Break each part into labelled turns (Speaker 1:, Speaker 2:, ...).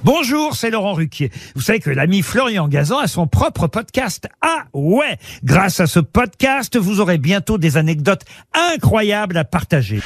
Speaker 1: Bonjour, c'est Laurent Ruquier. Vous savez que l'ami Florian Gazan a son propre podcast. Ah ouais! Grâce à ce podcast, vous aurez bientôt des anecdotes incroyables à partager.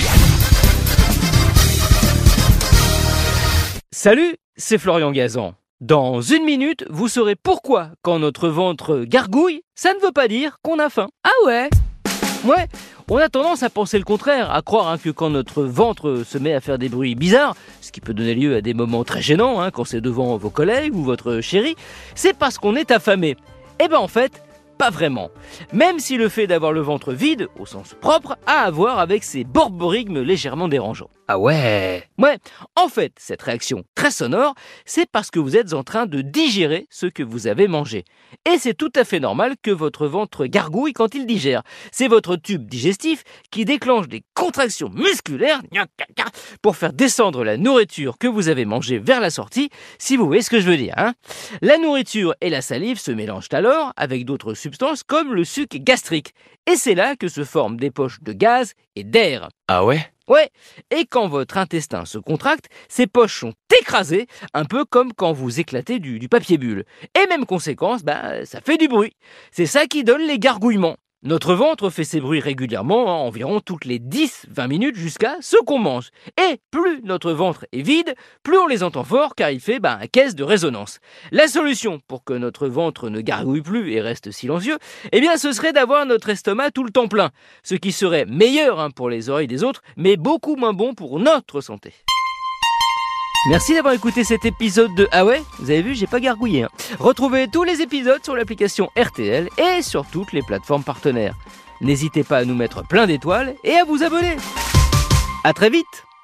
Speaker 2: Salut, c'est Florian Gazan. Dans 1 minute, vous saurez pourquoi, quand notre ventre gargouille, ça ne veut pas dire qu'on a faim.
Speaker 3: Ah ouais?
Speaker 2: Ouais, on a tendance à penser le contraire, à croire que quand notre ventre se met à faire des bruits bizarres, ce qui peut donner lieu à des moments très gênants, quand c'est devant vos collègues ou votre chérie, c'est parce qu'on est affamé. Eh ben en fait, pas vraiment. Même si le fait d'avoir le ventre vide, au sens propre, a à voir avec ces borborigmes légèrement dérangeants.
Speaker 3: Ah ouais?
Speaker 2: Ouais, en fait, cette réaction très sonore, c'est parce que vous êtes en train de digérer ce que vous avez mangé. Et c'est tout à fait normal que votre ventre gargouille quand il digère. C'est votre tube digestif qui déclenche des contractions musculaires pour faire descendre la nourriture que vous avez mangée vers la sortie, si vous voyez ce que je veux dire. La nourriture et la salive se mélangent alors avec d'autres substances comme le suc gastrique. Et c'est là que se forment des poches de gaz et d'air.
Speaker 3: Ah ouais?
Speaker 2: Ouais, et quand votre intestin se contracte, ces poches sont écrasées, un peu comme quand vous éclatez du papier bulle. Et même conséquence, ça fait du bruit. C'est ça qui donne les gargouillements. Notre ventre fait ces bruits régulièrement, environ toutes les 10-20 minutes jusqu'à ce qu'on mange. Et plus notre ventre est vide, plus on les entend fort car il fait un caisse de résonance. La solution pour que notre ventre ne gargouille plus et reste silencieux, ce serait d'avoir notre estomac tout le temps plein. Ce qui serait meilleur pour les oreilles des autres, mais beaucoup moins bon pour notre santé. Merci d'avoir écouté cet épisode de Ah ouais, vous avez vu, j'ai pas gargouillé. Retrouvez tous les épisodes sur l'application RTL et sur toutes les plateformes partenaires. N'hésitez pas à nous mettre plein d'étoiles et à vous abonner. À très vite.